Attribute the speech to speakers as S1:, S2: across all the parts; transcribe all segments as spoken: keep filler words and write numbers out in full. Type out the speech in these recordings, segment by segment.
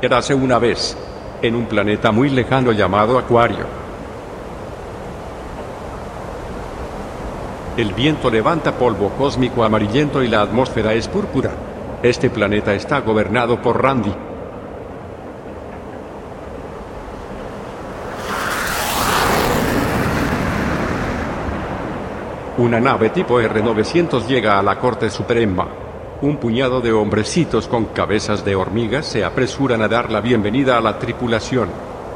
S1: Érase una vez, en un planeta muy lejano llamado Acuario. El viento levanta polvo cósmico amarillento y la atmósfera es púrpura. Este planeta está gobernado por Randy. Una nave tipo erre novecientos llega a la Corte Suprema. Un puñado de hombrecitos con cabezas de hormigas se apresuran a dar la bienvenida a la tripulación.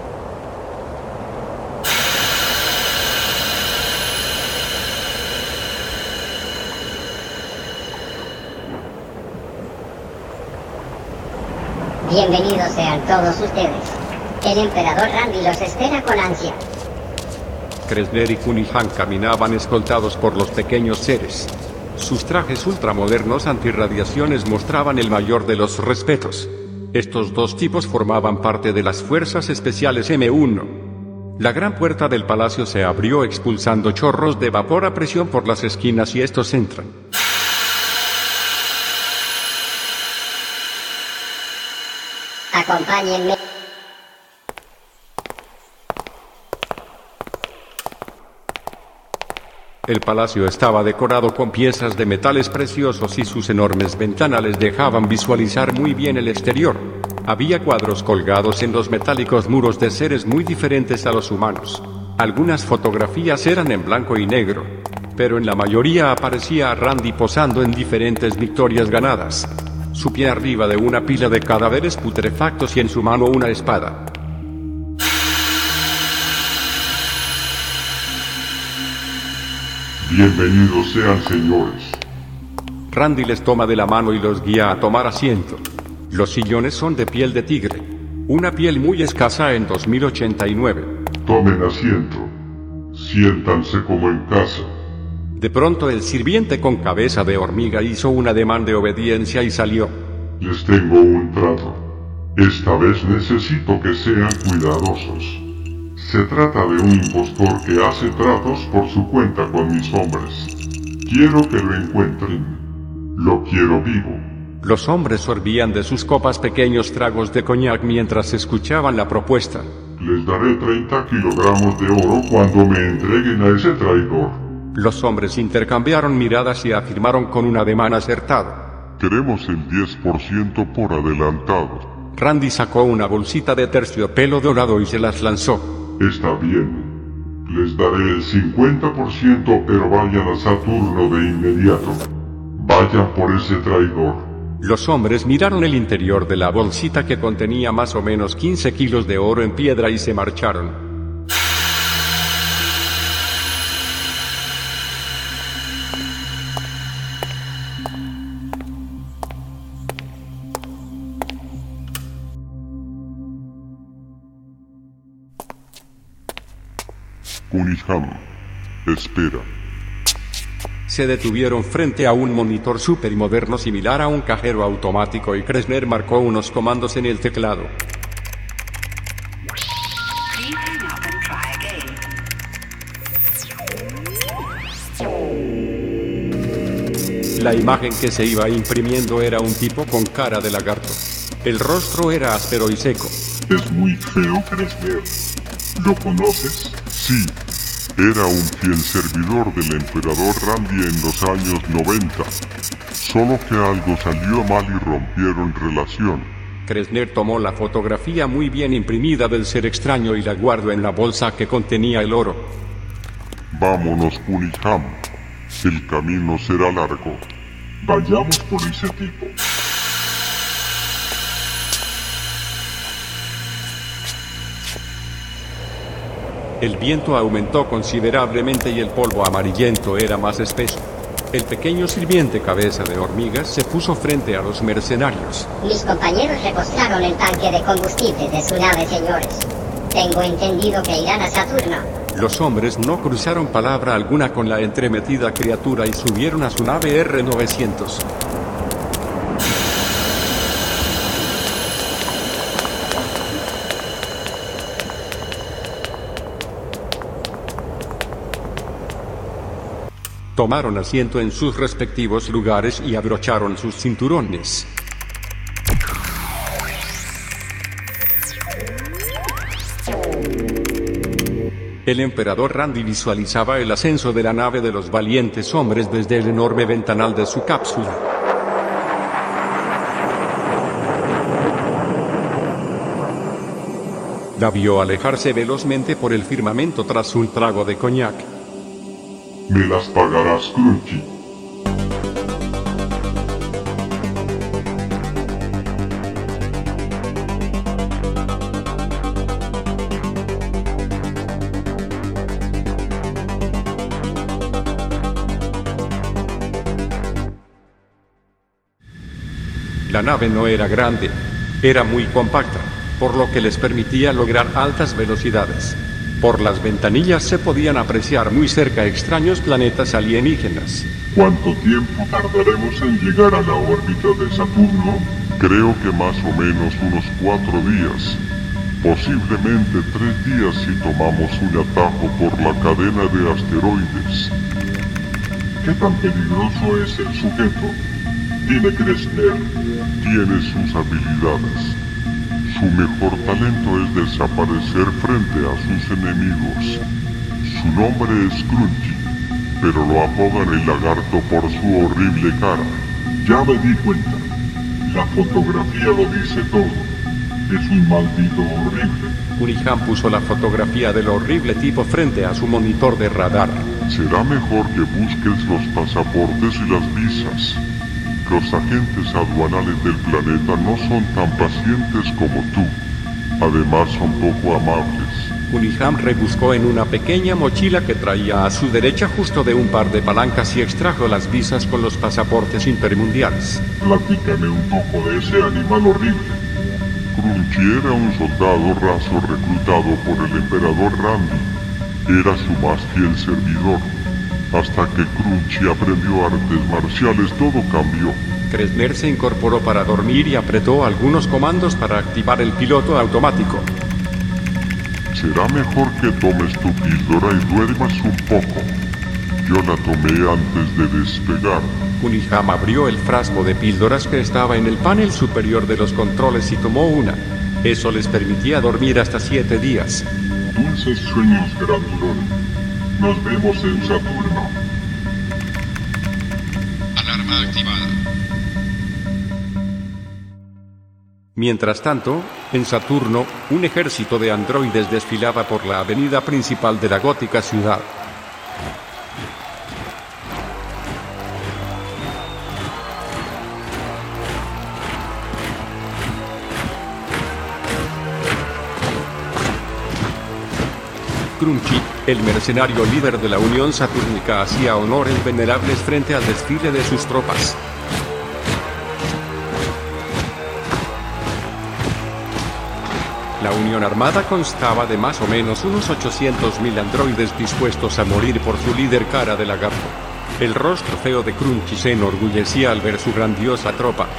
S2: Bienvenidos sean todos ustedes. El emperador Randy los espera con ansia.
S1: Kressner y Cunningham caminaban escoltados por los pequeños seres. Sus trajes ultramodernos antirradiaciones mostraban el mayor de los respetos. Estos dos tipos formaban parte de las Fuerzas Especiales eme uno. La gran puerta del palacio se abrió expulsando chorros de vapor a presión por las esquinas y estos entran.
S2: Acompáñenme.
S1: El palacio estaba decorado con piezas de metales preciosos y sus enormes ventanales dejaban visualizar muy bien el exterior. Había cuadros colgados en los metálicos muros de seres muy diferentes a los humanos. Algunas fotografías eran en blanco y negro, pero en la mayoría aparecía a Randy posando en diferentes victorias ganadas. Su pie arriba de una pila de cadáveres putrefactos y en su mano una espada.
S3: Bienvenidos sean, señores.
S1: Randy les toma de la mano y los guía a tomar asiento. Los sillones son de piel de tigre, una piel muy escasa en dos mil ochenta y nueve.
S3: Tomen asiento. Siéntanse como en casa.
S1: De pronto el sirviente con cabeza de hormiga hizo un ademán de obediencia y salió.
S3: Les tengo un trato. Esta vez necesito que sean cuidadosos. Se trata de un impostor que hace tratos por su cuenta con mis hombres. Quiero que lo encuentren. Lo quiero vivo.
S1: Los hombres sorbían de sus copas pequeños tragos de coñac mientras escuchaban la propuesta.
S3: Les daré treinta kilogramos de oro cuando me entreguen a ese traidor.
S1: Los hombres intercambiaron miradas y afirmaron con un ademán acertado.
S3: Queremos el diez por ciento por adelantado.
S1: Randy sacó una bolsita de terciopelo dorado y se las lanzó.
S3: Está bien. Les daré el cincuenta por ciento, pero vayan a Saturno de inmediato. Vayan por ese traidor.
S1: Los hombres miraron el interior de la bolsita que contenía más o menos quince kilos de oro en piedra y se marcharon.
S3: Cunningham, espera.
S1: Se detuvieron frente a un monitor súper moderno similar a un cajero automático y Kressner marcó unos comandos en el teclado. La imagen que se iba imprimiendo era un tipo con cara de lagarto. El rostro era áspero y seco.
S3: Es muy feo, Kressner. ¿Lo conoces? Sí. Era un fiel servidor del emperador Randy en los años noventa. Solo que algo salió mal y rompieron relación.
S1: Kressner tomó la fotografía muy bien imprimida del ser extraño y la guardó en la bolsa que contenía el oro.
S3: Vámonos, Cunningham. El camino será largo. Vayamos por ese tipo.
S1: El viento aumentó considerablemente y el polvo amarillento era más espeso. El pequeño sirviente cabeza de hormigas se puso frente a los mercenarios.
S2: Mis compañeros repostaron el tanque de combustible de su nave, señores. Tengo entendido que irán a Saturno.
S1: Los hombres no cruzaron palabra alguna con la entremetida criatura y subieron a su nave erre novecientos. Tomaron asiento en sus respectivos lugares y abrocharon sus cinturones. El emperador Randy visualizaba el ascenso de la nave de los valientes hombres desde el enorme ventanal de su cápsula. La vio alejarse velozmente por el firmamento tras un trago de coñac.
S3: Me las pagarás, Crunchy.
S1: La nave no era grande, era muy compacta, por lo que les permitía lograr altas velocidades. Por las ventanillas se podían apreciar muy cerca extraños planetas alienígenas.
S3: ¿Cuánto tiempo tardaremos en llegar a la órbita de Saturno? Creo que más o menos unos cuatro días. Posiblemente tres días si tomamos un atajo por la cadena de asteroides. ¿Qué tan peligroso es el sujeto? Tiene Kressner. Tiene sus habilidades. Su mejor talento es desaparecer frente a sus enemigos. Su nombre es Crunchy, pero lo apodan el lagarto por su horrible cara. Ya me di cuenta. La fotografía lo dice todo. Es un maldito horrible.
S1: Cunningham puso la fotografía del horrible tipo frente a su monitor de radar.
S3: Será mejor que busques los pasaportes y las visas. Los agentes aduanales del planeta no son tan pacientes como tú. Además son poco amables.
S1: Cunningham rebuscó en una pequeña mochila que traía a su derecha justo de un par de palancas y extrajo las visas con los pasaportes intermundiales.
S3: Platícame un poco de ese animal horrible. Crunchy era un soldado raso reclutado por el emperador Randy. Era su más fiel servidor. Hasta que Crunchy aprendió artes marciales, todo cambió.
S1: Kressner se incorporó para dormir y apretó algunos comandos para activar el piloto automático.
S3: Será mejor que tomes tu píldora y duermas un poco. Yo la tomé antes de despegar.
S1: Cunningham abrió el frasco de píldoras que estaba en el panel superior de los controles y tomó una. Eso les permitía dormir hasta siete días.
S3: Dulces sueños, Grandulón. Nos vemos en Saturno.
S4: Alarma activada.
S1: Mientras tanto, en Saturno, un ejército de androides desfilaba por la avenida principal de la gótica ciudad. Crunchy, el mercenario líder de la Unión Saturnica, hacía honores venerables frente al desfile de sus tropas. La Unión Armada constaba de más o menos unos ochocientos mil androides dispuestos a morir por su líder cara de lagarto. El rostro feo de Crunchy se enorgullecía al ver su grandiosa tropa.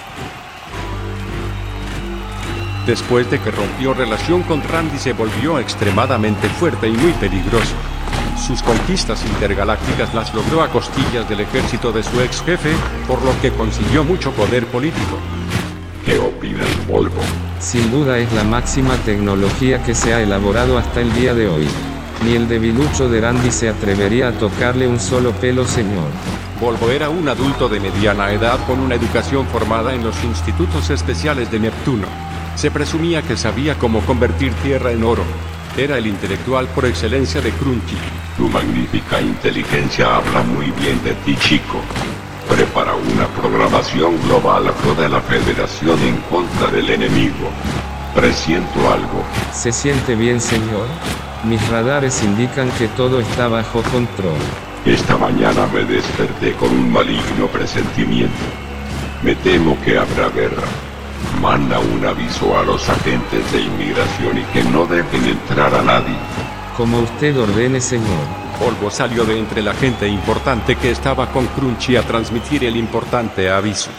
S1: Después de que rompió relación con Randy, se volvió extremadamente fuerte y muy peligroso. Sus conquistas intergalácticas las logró a costillas del ejército de su ex jefe, por lo que consiguió mucho poder político.
S5: ¿Qué opinas, Volvo?
S6: Sin duda es la máxima tecnología que se ha elaborado hasta el día de hoy. Ni el debilucho de Randy se atrevería a tocarle un solo pelo, señor.
S1: Volvo era un adulto de mediana edad con una educación formada en los institutos especiales de Neptuno. Se presumía que sabía cómo convertir tierra en oro. Era el intelectual por excelencia de Crunchy.
S5: Tu magnífica inteligencia habla muy bien de ti, chico. Prepara una programación global a toda la Federación en contra del enemigo. Presiento algo.
S6: ¿Se siente bien, señor? Mis radares indican que todo está bajo control.
S5: Esta mañana me desperté con un maligno presentimiento. Me temo que habrá guerra. Manda un aviso a los agentes de inmigración y que no dejen entrar a nadie.
S6: Como usted ordene, señor.
S1: Volvo salió de entre la gente importante que estaba con Crunchy a transmitir el importante aviso.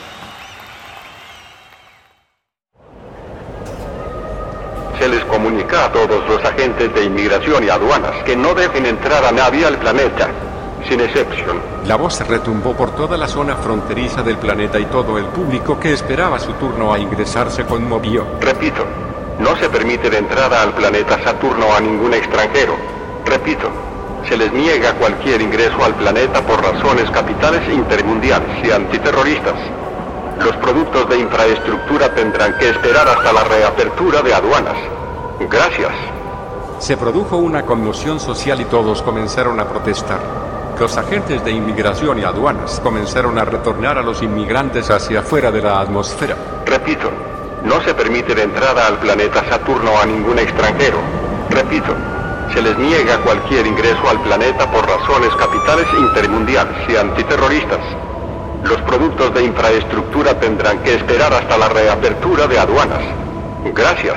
S7: Se les comunica a todos los agentes de inmigración y aduanas que no dejen entrar a nadie al planeta, sin excepción.
S1: La voz retumbó por toda la zona fronteriza del planeta y todo el público que esperaba su turno a ingresar se conmovió.
S7: Repito, no se permite la entrada al planeta Saturno a ningún extranjero, Repito, se les niega cualquier ingreso al planeta por razones capitales intermundiales y antiterroristas. Los productos de infraestructura tendrán que esperar hasta la reapertura de aduanas. Gracias.
S1: Se produjo una conmoción social y todos comenzaron a protestar. Los agentes de inmigración y aduanas comenzaron a retornar a los inmigrantes hacia afuera de la atmósfera.
S7: Repito, no se permite la entrada al planeta Saturno a ningún extranjero. Repito, se les niega cualquier ingreso al planeta por razones capitales intermundiales y antiterroristas. Los productos de infraestructura tendrán que esperar hasta la reapertura de aduanas. Gracias.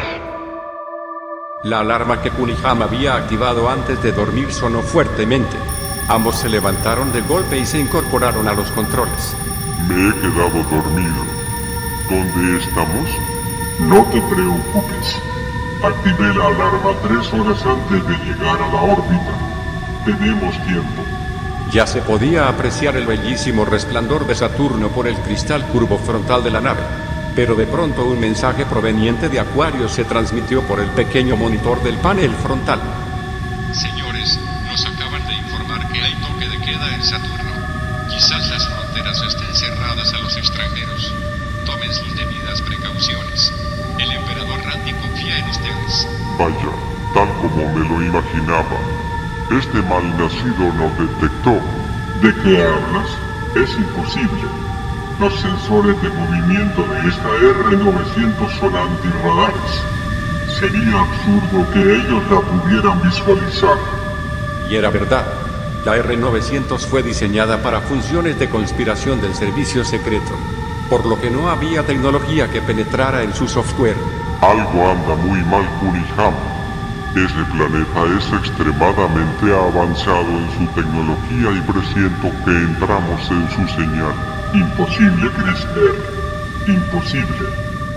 S1: La alarma que Cunningham había activado antes de dormir sonó fuertemente. Ambos se levantaron de golpe y se incorporaron a los controles.
S3: Me he quedado dormido. ¿Dónde estamos? No te preocupes. Activé la alarma tres horas antes de llegar a la órbita. Tenemos tiempo.
S1: Ya se podía apreciar el bellísimo resplandor de Saturno por el cristal curvo frontal de la nave. Pero de pronto un mensaje proveniente de Acuario se transmitió por el pequeño monitor del panel frontal.
S4: Señores, nos acaban de informar que hay toque de queda en Saturno. Quizás las fronteras estén cerradas a los extranjeros. Tomen sus debidas precauciones. El emperador Randy confía en ustedes.
S3: Vaya, tal como me lo imaginaba. Este malnacido nos detectó. ¿De qué hablas? Es imposible. Los sensores de movimiento de esta R novecientos son antirradares. Sería absurdo que ellos la pudieran visualizar.
S1: Y era verdad. La R novecientos fue diseñada para funciones de conspiración del servicio secreto, por lo que no había tecnología que penetrara en su software.
S3: Algo anda muy mal, Cunningham. Ese planeta es extremadamente avanzado en su tecnología y presiento que entramos en su señal. Imposible, Chrysler. Imposible.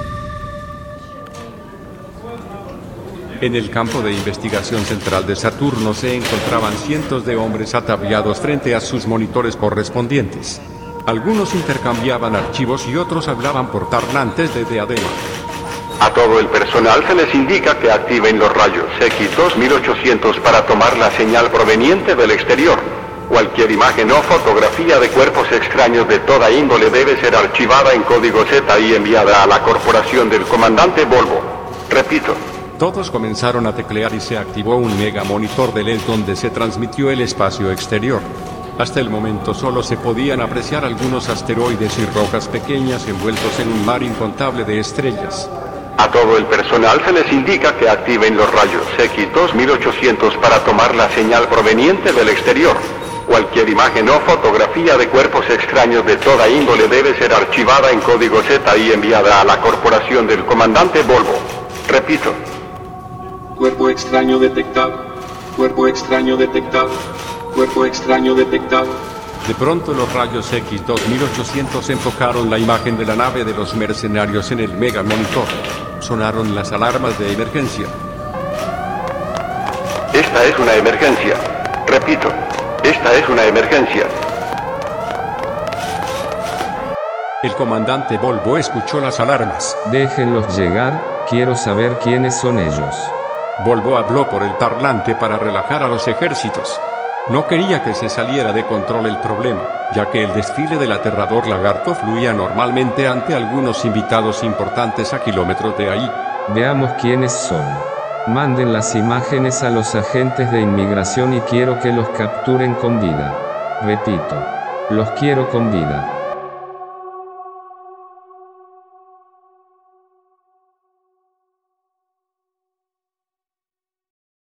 S1: En el campo de investigación central de Saturno se encontraban cientos de hombres ataviados frente a sus monitores correspondientes. Algunos intercambiaban archivos y otros hablaban por parlantes de diadema.
S7: A todo el personal se les indica que activen los rayos X dos mil ochocientos para tomar la señal proveniente del exterior. Cualquier imagen o fotografía de cuerpos extraños de toda índole debe ser archivada en código Z y enviada a la corporación del comandante Volvo. Repito.
S1: Todos comenzaron a teclear y se activó un mega monitor de L E D donde se transmitió el espacio exterior. Hasta el momento solo se podían apreciar algunos asteroides y rocas pequeñas envueltos en un mar incontable de estrellas.
S7: A todo el personal se les indica que activen los rayos X dos mil ochocientos para tomar la señal proveniente del exterior. Cualquier imagen o fotografía de cuerpos extraños de toda índole debe ser archivada en código Z y enviada a la corporación del comandante Volvo. Repito.
S8: Cuerpo extraño detectado. Cuerpo extraño detectado. Cuerpo extraño detectado.
S1: De pronto los rayos X dos mil ochocientos enfocaron la imagen de la nave de los mercenarios en el mega monitor. Sonaron las alarmas de emergencia.
S7: Esta es una emergencia. Repito, esta es una emergencia.
S1: El comandante Volvo escuchó las alarmas.
S6: Déjenlos llegar, quiero saber quiénes son ellos.
S1: Volvo habló por el parlante para relajar a los ejércitos. No quería que se saliera de control el problema, ya que el desfile del aterrador lagarto fluía normalmente ante algunos invitados importantes a kilómetros de ahí.
S6: Veamos quiénes son. Manden las imágenes a los agentes de inmigración y quiero que los capturen con vida. Repito, los quiero con vida.